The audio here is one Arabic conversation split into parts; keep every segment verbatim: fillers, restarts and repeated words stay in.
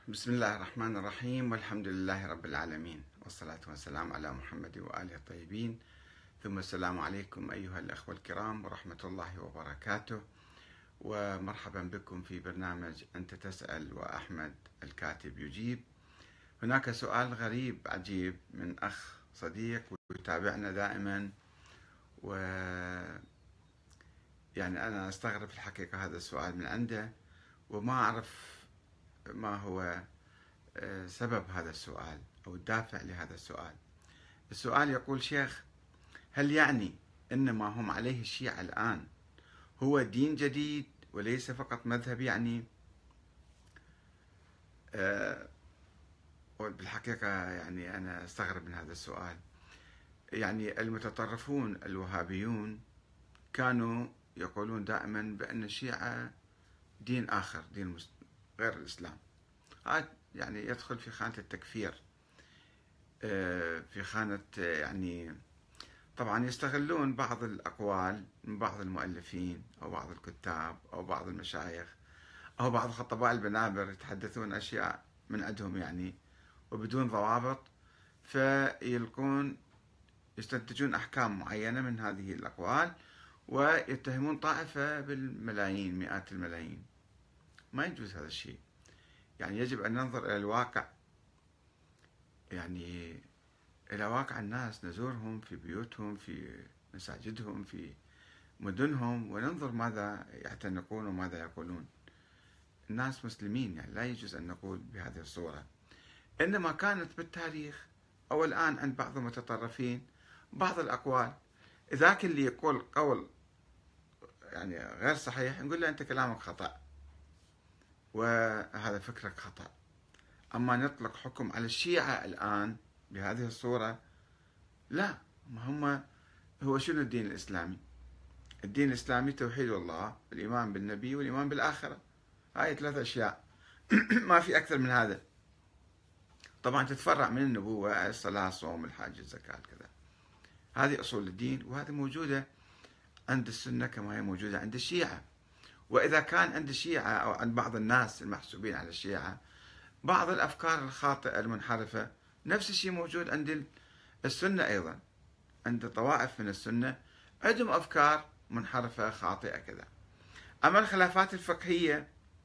بسم الله الرحمن الرحيم، والحمد لله رب العالمين، والصلاة والسلام على محمد وآله الطيبين، ثم السلام عليكم أيها الأخوة الكرام ورحمة الله وبركاته، ومرحبا بكم في برنامج أنت تسأل وأحمد الكاتب يجيب. هناك سؤال غريب عجيب من أخ صديق ويتابعنا دائما، و يعني أنا أستغرب في الحقيقة هذا السؤال من عنده، وما أعرف ما هو سبب هذا السؤال أو الدافع لهذا السؤال. السؤال يقول: شيخ، هل يعني أن ما هم عليه الشيعة الآن هو دين جديد وليس فقط مذهب؟ يعني أه بالحقيقة يعني أنا أستغرب من هذا السؤال. يعني المتطرفون الوهابيون كانوا يقولون دائما بأن الشيعة دين آخر، دين غير الإسلام. هذا يعني يدخل في خانة التكفير، في خانة يعني طبعا يستغلون بعض الأقوال من بعض المؤلفين أو بعض الكتاب أو بعض المشايخ أو بعض خطباء البنابر، يتحدثون أشياء من عندهم يعني وبدون ضوابط، فيلقون يستنتجون أحكام معينة من هذه الأقوال ويتهمون طائفة بالملايين، مئات الملايين. ما يجوز هذا الشيء. يعني يجب أن ننظر إلى الواقع، يعني إلى واقع الناس، نزورهم في بيوتهم، في مساجدهم، في مدنهم، وننظر ماذا يعتنقون وماذا يقولون. الناس مسلمين، يعني لا يجوز أن نقول بهذه الصورة. إنما كانت بالتاريخ أو الآن عند بعض المتطرفين بعض الأقوال، ذاك اللي يقول قول يعني غير صحيح نقول له أنت كلامك خطأ وهذا فكرك خطأ. أما نطلق حكم على الشيعة الآن بهذه الصورة، لا. ما هم هو شنو الدين الإسلامي؟ الدين الإسلامي توحيد الله، الإيمان بالنبي والإيمان بالآخرة. هاي ثلاث أشياء ما في أكثر من هذا. طبعا تتفرع من النبوة الصلاة، الصوم، الحج، الزكاة، كذا. هذه أصول الدين، وهذه موجودة عند السنة كما هي موجودة عند الشيعة. وإذا كان عند الشيعة أو عند بعض الناس المحسوبين على الشيعة بعض الأفكار الخاطئة المنحرفة، نفس الشيء موجود عند السنة أيضا. عند طوائف من السنة عندهم أفكار منحرفة خاطئة كذا. أما الخلافات الفقهية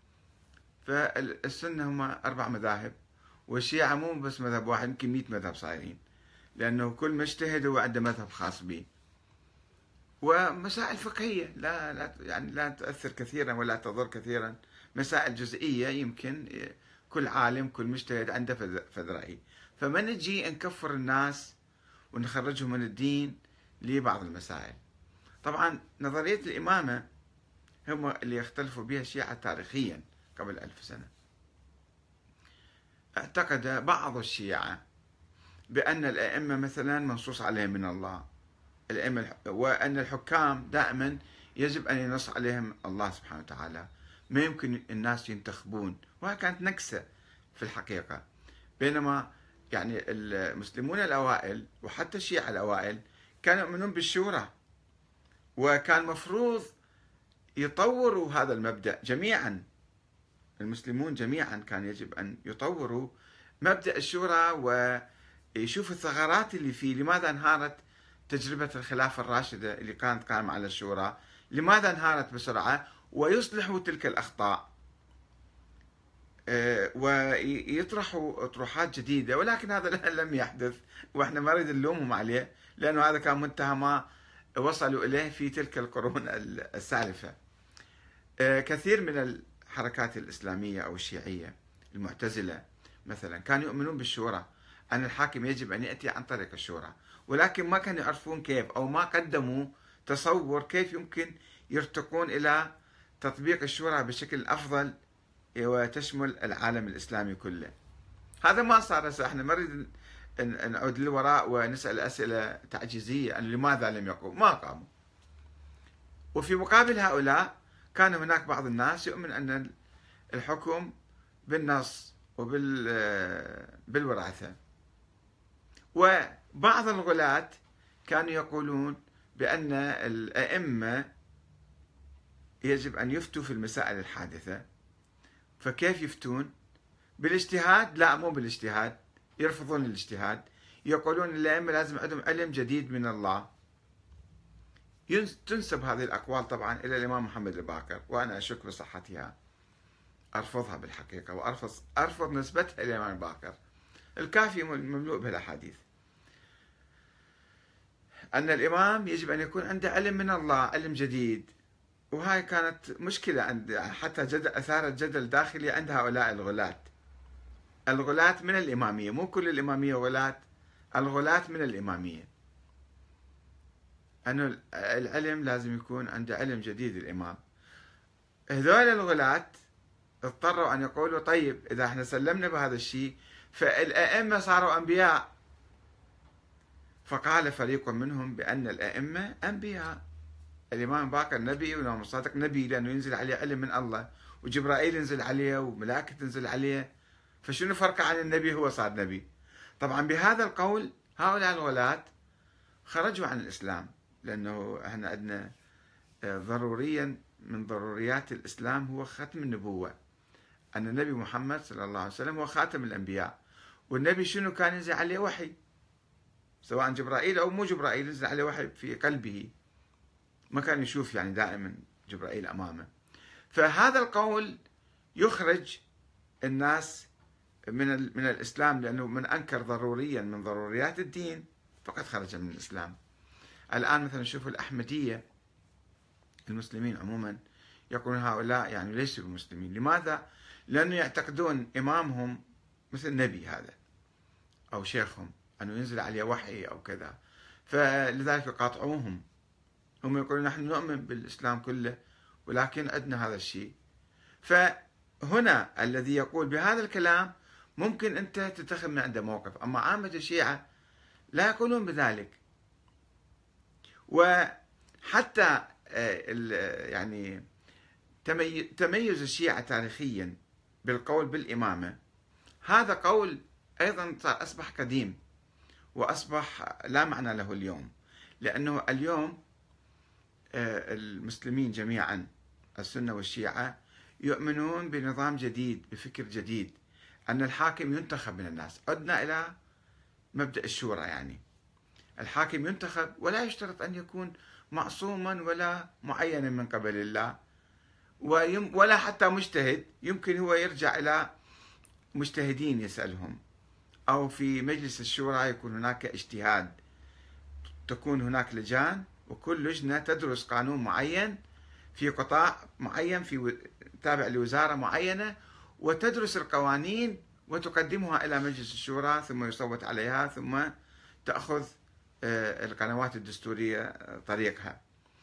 فالسنة هم أربع مذاهب، والشيعة مو بس مذهب واحد، يمكن مئة مذهب صايرين، لأنه كل مجتهد هو عنده مذهب خاص به. ومسائل فقهية لا لا يعني لا تؤثر كثيرا ولا تضر كثيرا، مسائل جزئية يمكن كل عالم كل مجتهد عنده فذ رأي، فما نجي نكفر الناس ونخرجهم من الدين لبعض المسائل. طبعا نظرية الإمامة هم اللي يختلفوا بها الشيعة تاريخيا قبل ألف سنة. اعتقد بعض الشيعة بأن الأئمة مثلا منصوص عليهم من الله، الأئمة، وأن الحكام دائما يجب أن ينص عليهم الله سبحانه وتعالى، ما يمكن الناس ينتخبون. وهي كانت نكسة في الحقيقة. بينما يعني المسلمون الأوائل وحتى الشيعة الأوائل كانوا يؤمنون بالشورى، وكان مفروض يطوروا هذا المبدأ جميعا. المسلمون جميعا كان يجب أن يطوروا مبدأ الشورى ويشوفوا الثغرات اللي فيه. لماذا انهارت تجربة الخلافة الراشدة اللي كانت قائمة على الشورى؟ لماذا انهارت بسرعة؟ ويصلحوا تلك الأخطاء ويطرحوا أطروحات جديدة. ولكن هذا لم يحدث، وإحنا ما نريد نلومهم عليه، لأنه هذا كان منتهى ما وصلوا إليه في تلك القرون السالفة. كثير من الحركات الإسلامية أو الشيعية المعتزلة مثلا كانوا يؤمنون بالشورى، أن الحاكم يجب أن يأتي عن طريق الشورى، ولكن ما كانوا يعرفون كيف، أو ما قدموا تصور كيف يمكن يرتقون إلى تطبيق الشورى بشكل أفضل وتشمل العالم الإسلامي كله. هذا ما صار. هسه احنا ما نريد نعود للوراء ونسأل أسئلة تعجيزية أن لماذا لم يقوم. ما قاموا. وفي مقابل هؤلاء كان هناك بعض الناس يؤمن أن الحكم بالنص وبالوراثة. وبعض الغلاة كانوا يقولون بأن الأئمة يجب أن يفتوا في المسائل الحادثة. فكيف يفتون؟ بالاجتهاد؟ لا، مو بالاجتهاد، يرفضون الاجتهاد، يقولون الأئمة لازم عندهم علم جديد من الله. تنسب هذه الأقوال طبعا إلى الإمام محمد الباقر، وأنا أشك بصحتها، أرفضها بالحقيقة، وأرفض أرفض نسبتها إلى الإمام الباقر. الكافي مملوء بالأحاديث أن الإمام يجب أن يكون عنده علم من الله، علم جديد. وهاي كانت مشكلة عند حتى جدل أثارت جدل داخلي عند هؤلاء الغلاة. الغلاة من الإمامية، مو كل الإمامية غلاة، الغلاة من الإمامية، أنه العلم لازم يكون عنده علم جديد الإمام. هذول الغلاة اضطروا أن يقولوا طيب إذا احنا سلمنا بهذا الشيء فالأئمة صاروا أنبياء. فقال فريق منهم بأن الأئمة أنبياء، الإمام باقر نبي والإمام الصادق نبي، لأنه ينزل عليه علم من الله، وجبرائيل ينزل عليه وملائكة تنزل عليه، فشنو فرقه عن النبي؟ هو صار نبي. طبعا بهذا القول هؤلاء الغلاة خرجوا عن الإسلام، لأنه احنا عندنا ضروريا من ضروريات الإسلام هو ختم النبوة، أن النبي محمد صلى الله عليه وسلم هو خاتم الأنبياء. والنبي شنو كان ينزل عليه؟ وحي، سواء جبرائيل أو مو جبرائيل، ينزل عليه وحي في قلبه، ما كان يشوف يعني دائما جبرائيل أمامه. فهذا القول يخرج الناس من من الإسلام، لأنه من أنكر ضروريا من ضروريات الدين فقد خرج من الإسلام. الآن مثلا نشوف الأحمدية، المسلمين عموما يقولون هؤلاء يعني ليسوا بمسلمين. لماذا؟ لأنه يعتقدون إمامهم مثل نبي هذا أو شيخهم، أنه ينزل عليه وحي أو كذا، فلذلك يقاطعوهم. هم يقولون نحن نؤمن بالإسلام كله ولكن عندنا هذا الشيء. فهنا الذي يقول بهذا الكلام ممكن أنت تتخذ من عنده موقف، أما عامة الشيعة لا يقولون بذلك. وحتى يعني تميز الشيعة تاريخيا بالقول بالإمامة، هذا قول أيضا أصبح قديم وأصبح لا معنى له اليوم، لأنه اليوم المسلمين جميعا السنة والشيعة يؤمنون بنظام جديد، بفكر جديد، أن الحاكم ينتخب من الناس. عدنا إلى مبدأ الشورى، يعني الحاكم ينتخب ولا يشترط أن يكون معصوما ولا معينا من قبل الله، ولا حتى مجتهد، يمكن هو يرجع إلى مجتهدين يسألهم، أو في مجلس الشورى يكون هناك اجتهاد، تكون هناك لجان وكل لجنة تدرس قانون معين في قطاع معين في تابع لوزارة معينة، وتدرس القوانين وتقدمها إلى مجلس الشورى، ثم يصوت عليها، ثم تأخذ القنوات الدستورية طريقها.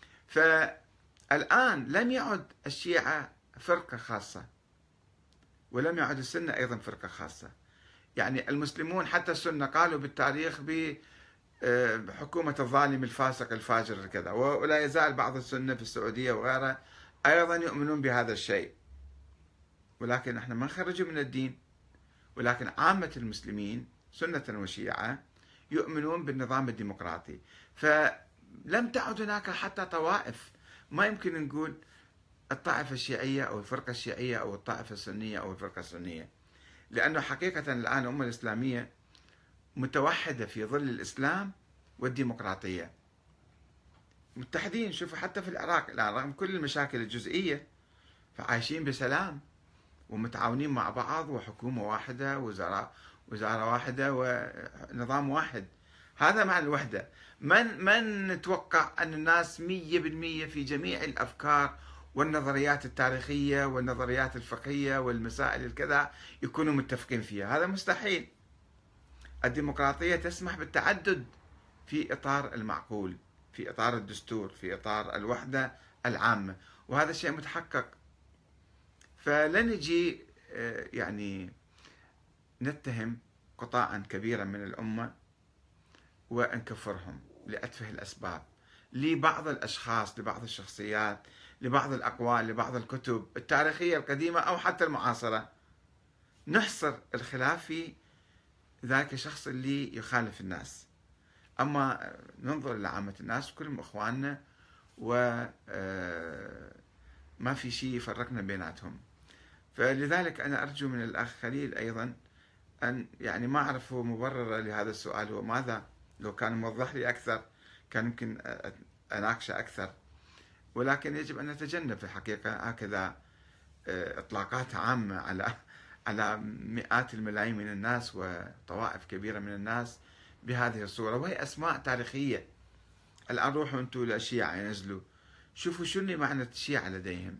فالآن لم يعد الشيعة فرقة خاصة، ولم يعد السنة أيضا فرقة خاصة. يعني المسلمون حتى السنة قالوا بالتاريخ بحكومة الظالم الفاسق الفاجر كذا، ولا يزال بعض السنة في السعودية وغيرها أيضا يؤمنون بهذا الشيء، ولكن احنا ما نخرجوا من الدين. ولكن عامة المسلمين سنة وشيعة يؤمنون بالنظام الديمقراطي، فلم تعد هناك حتى طوائف. ما يمكن نقول الطائفة الشيعية أو الفرقة الشيعية أو الطائفة السنية أو الفرقة السنية، لأنه حقيقة الآن الأمة الإسلامية متوحدة في ظل الإسلام والديمقراطية، متحدين. شوفوا حتى في العراق الآن رغم كل المشاكل الجزئية فعايشين بسلام ومتعاونين مع بعض، وحكومة واحدة، وزراء وزارة واحدة، ونظام واحد. هذا معنى الوحدة. من من نتوقع أن الناس مية بالمية في جميع الأفكار والنظريات التاريخية والنظريات الفقهية والمسائل الكذا يكونوا متفقين فيها؟ هذا مستحيل. الديمقراطية تسمح بالتعدد في إطار المعقول، في إطار الدستور، في إطار الوحدة العامة، وهذا الشيء متحقق. فلن نجي يعني نتهم قطاعا كبيرا من الأمة ونكفرهم لأتفه الأسباب، لبعض الأشخاص، لبعض الشخصيات، لبعض الأقوال، لبعض الكتب التاريخية القديمة أو حتى المعاصرة. نحصر الخلاف في ذاك الشخص اللي يخالف الناس، أما ننظر لعامة الناس كلهم إخواننا، وما في شيء يفرقنا بيناتهم. فلذلك أنا أرجو من الأخ خليل أيضا أن يعني ما أعرف هو مبرر لهذا السؤال هو ماذا، لو كان موضح لي أكثر كان يمكن أناقشه أكثر، ولكن يجب أن نتجنب في الحقيقة هكذا إطلاقات عامة على على مئات الملايين من الناس وطوائف كبيرة من الناس بهذه الصورة، وهي أسماء تاريخية. الآن روحوا أنتم للشيعة ينزلوا شوفوا شنو معنى الشيعة لديهم.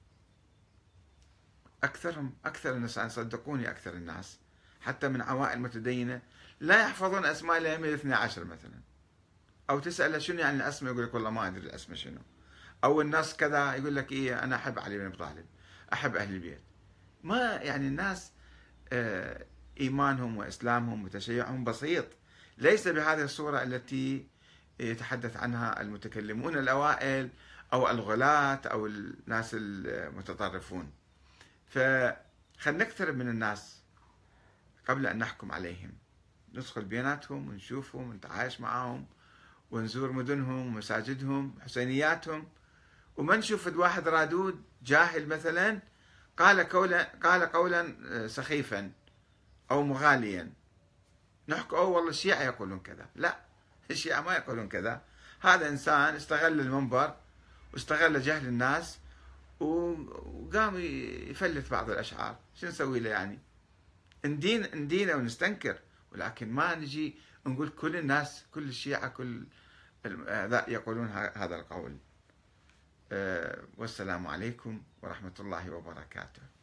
أكثرهم أكثر الناس صدقوني أكثر الناس حتى من عوائل متدينة لا يحفظون أسماء الأئمة الاثنى عشر مثلا، أو تسأله شنو يعني الأسماء يقول لك والله ما أدري الأسماء شنو، أو الناس كذا يقول لك إيه أنا أحب علي بن أبي طالب أحب أهل البيت. ما يعني الناس إيمانهم وإسلامهم وتشيعهم بسيط، ليس بهذه الصورة التي يتحدث عنها المتكلمون الأوائل أو الغلاة أو الناس المتطرفون. فخلنا نقترب من الناس قبل أن نحكم عليهم، ندخل بيناتهم ونشوفهم ونتعايش معهم ونزور مدنهم ومساجدهم حسينياتهم، وما نشوف واحد رادود جاهل مثلا قال قولا قال قولا سخيفا أو مغاليا نحكي أو والله الشيعة يقولون كذا. لا، الشيعة ما يقولون كذا، هذا إنسان استغل المنبر واستغل جهل الناس وقام يفلت بعض الأشعار، شو نسوي له يعني؟ ندين ندينه ونستنكر، ولكن ما نجي نقول كل الناس كل الشيعة كل يقولون هذا القول. والسلام عليكم ورحمة الله وبركاته.